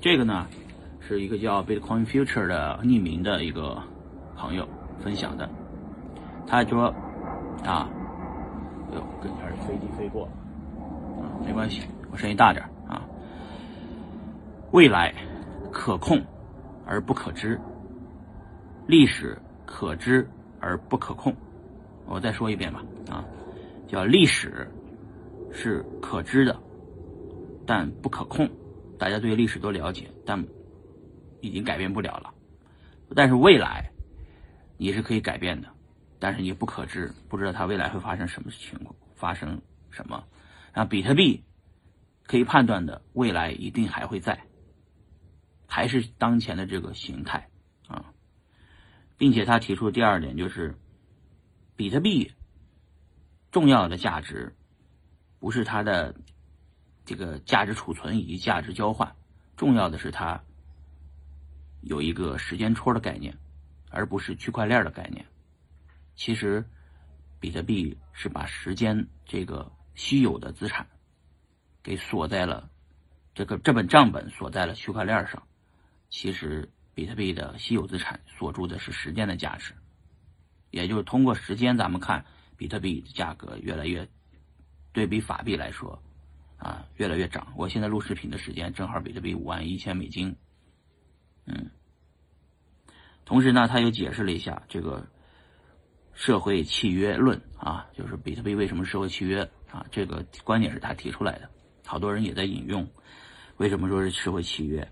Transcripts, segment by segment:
这个呢是一个叫 Bitcoin Future 的匿名的一个朋友分享的，他说啊，哎呦，跟前飞机飞过啊，没关系，我声音大点啊。未来可控而不可知，历史可知而不可控。我再说一遍吧啊，叫历史是可知的，但不可控。大家对历史都了解，但已经改变不了了。但是未来你是可以改变的，但是你不可知，不知道它未来会发生什么情况，发生什么。然后比特币可以判断的未来一定还会在，还是当前的这个形态啊，并且他提出第二点就是比特币重要的价值不是它的这个价值储存以及价值交换，重要的是它有一个时间戳的概念，而不是区块链的概念。其实比特币是把时间这个稀有的资产给锁在了这本账本锁在了区块链上。其实比特币的稀有资产锁住的是时间的价值，也就是通过时间咱们看比特币的价格越来越对比法币来说啊越来越涨。我现在录视频的时间正好比特币51000美金。同时呢他又解释了一下这个社会契约论啊，就是比特币为什么是社会契约啊，这个观点是他提出来的，好多人也在引用。为什么说是社会契约？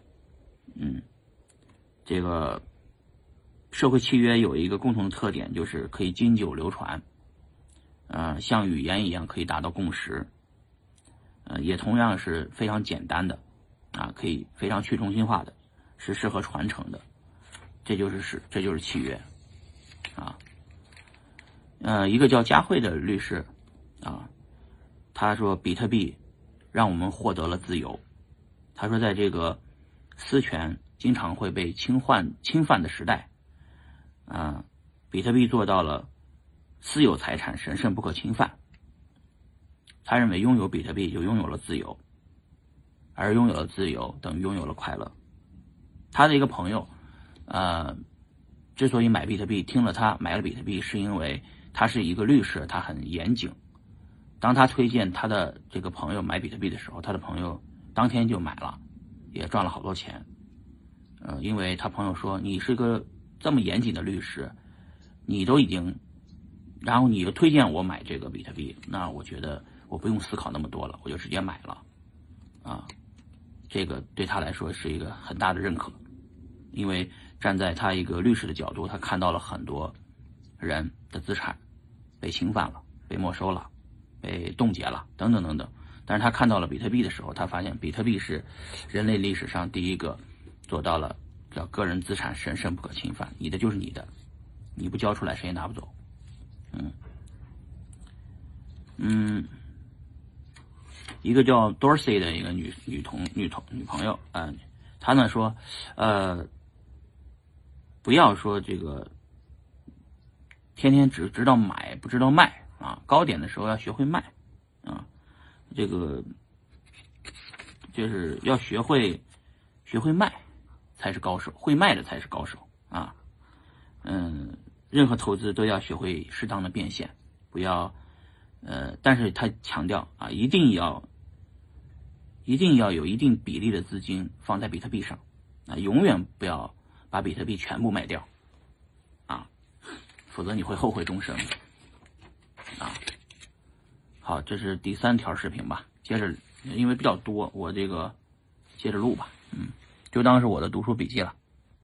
这个社会契约有一个共同的特点，就是可以经久流传，像语言一样可以达到共识，也同样是非常简单的啊，可以非常去中心化的，是适合传承的，这就是契约啊。一个叫佳慧的律师啊，他说比特币让我们获得了自由。他说在这个私权经常会被侵犯的时代比特币做到了私有财产神圣不可侵犯。他认为拥有比特币就拥有了自由，而拥有了自由等于拥有了快乐。他的一个朋友之所以买比特币，听了他买了比特币，是因为他是一个律师，他很严谨。当他推荐他的这个朋友买比特币的时候，他的朋友当天就买了，也赚了好多钱。因为他朋友说你是个这么严谨的律师，你都已经，然后你又推荐我买这个比特币，那我觉得我不用思考那么多了，我就直接买了啊。这个对他来说是一个很大的认可，因为站在他一个律师的角度，他看到了很多人的资产被侵犯了，被没收了，被冻结了等等等等。但是他看到了比特币的时候，他发现比特币是人类历史上第一个做到了叫个人资产神圣不可侵犯，你的就是你的，你不交出来谁也拿不走。一个叫 Dorsey 的一个女朋友她呢说不要说这个天天只知道买不知道卖啊，高点的时候要学会卖啊，这个就是要学会卖才是高手，会卖的才是高手啊。任何投资都要学会适当的变现，不要但是他强调啊，一定要有一定比例的资金放在比特币上啊，永远不要把比特币全部卖掉啊，否则你会后悔终生啊。好，这是第3条视频吧，接着因为比较多，我这个接着录吧，就当是我的读书笔记了。